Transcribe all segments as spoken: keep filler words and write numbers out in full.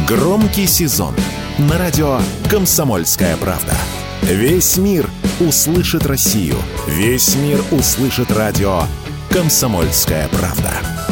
Громкий сезон на радио «Комсомольская правда». Весь мир услышит Россию. Весь мир услышит радио «Комсомольская правда».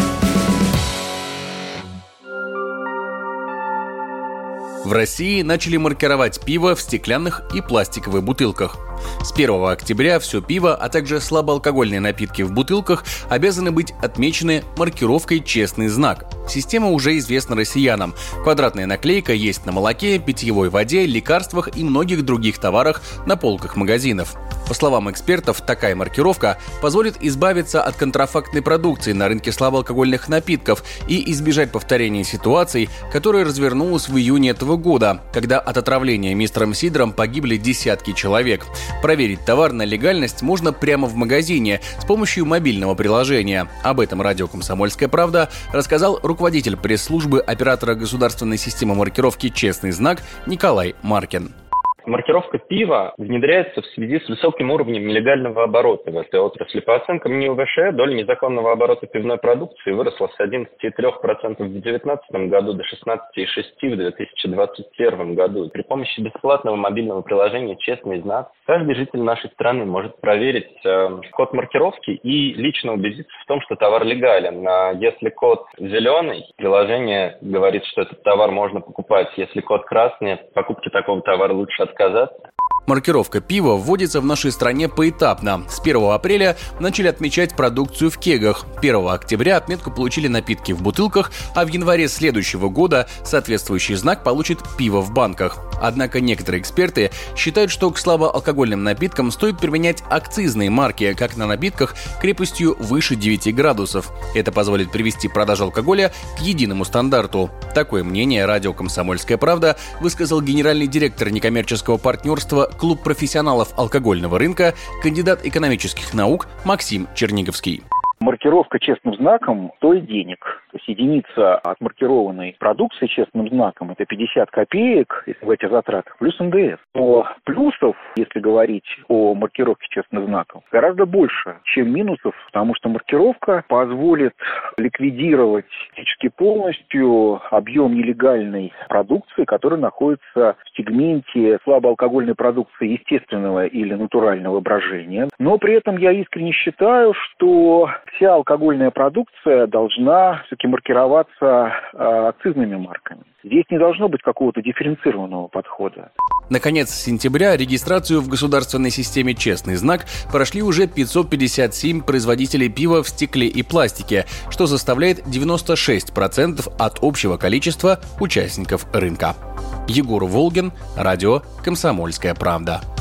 В России начали маркировать пиво в стеклянных и пластиковых бутылках. С первого октября все пиво, а также слабоалкогольные напитки в бутылках обязаны быть отмечены маркировкой «Честный знак». Система уже известна россиянам. Квадратная наклейка есть на молоке, питьевой воде, лекарствах и многих других товарах на полках магазинов. По словам экспертов, такая маркировка позволит избавиться от контрафактной продукции на рынке слабоалкогольных напитков и избежать повторения ситуаций, которая развернулась в июне этого года, когда от отравления мистером Сидром погибли десятки человек. Проверить товар на легальность можно прямо в магазине с помощью мобильного приложения. Об этом радио «Комсомольская правда» рассказал руководитель пресс-службы оператора государственной системы маркировки «Честный знак» Николай Маркин. Маркировка пива внедряется в связи с высоким уровнем нелегального оборота в этой отрасли. По оценкам НИУВШ, доля незаконного оборота пивной продукции выросла с одиннадцати целых трёх десятых процента в две тысячи девятнадцатом году до шестнадцати целых шести десятых процента в две тысячи двадцать первом году. При помощи бесплатного мобильного приложения «Честный знак» каждый житель нашей страны может проверить э, код маркировки и лично убедиться в том, что товар легален. А если код зеленый, приложение говорит, что этот товар можно покупать. Если код красный, от покупки такого товара лучше отказаться. Маркировка пива вводится в нашей стране поэтапно. С первого апреля начали отмечать продукцию в кегах. первого октября отметку получили напитки в бутылках, а в январе следующего года соответствующий знак получит пиво в банках. Однако некоторые эксперты считают, что к слабоалкогольным напиткам стоит применять акцизные марки, как на напитках крепостью выше девяти градусов. Это позволит привести продажу алкоголя к единому стандарту. Такое мнение радио «Комсомольская правда» высказал генеральный директор некоммерческого партнерства «Клуб профессионалов алкогольного рынка», кандидат экономических наук Максим Черниговский. Маркировка честным знаком стоит денег. То есть единица отмаркированной продукции честным знаком – это пятьдесят копеек в этих затратах, плюс эн дэ эс. Но плюсов, если говорить о маркировке честным знаком, гораздо больше, чем минусов, потому что маркировка позволит ликвидировать практически полностью объем нелегальной продукции, которая находится в сегменте слабоалкогольной продукции естественного или натурального брожения. Но при этом я искренне считаю, что вся алкогольная продукция должна все-таки маркироваться э, акцизными марками. Здесь не должно быть какого-то дифференцированного подхода. Наконец, с сентября регистрацию в государственной системе «Честный знак» прошли уже пятьсот пятьдесят семь производителей пива в стекле и пластике, что составляет девяносто шесть процентов от общего количества участников рынка. Егор Волгин, радио «Комсомольская правда».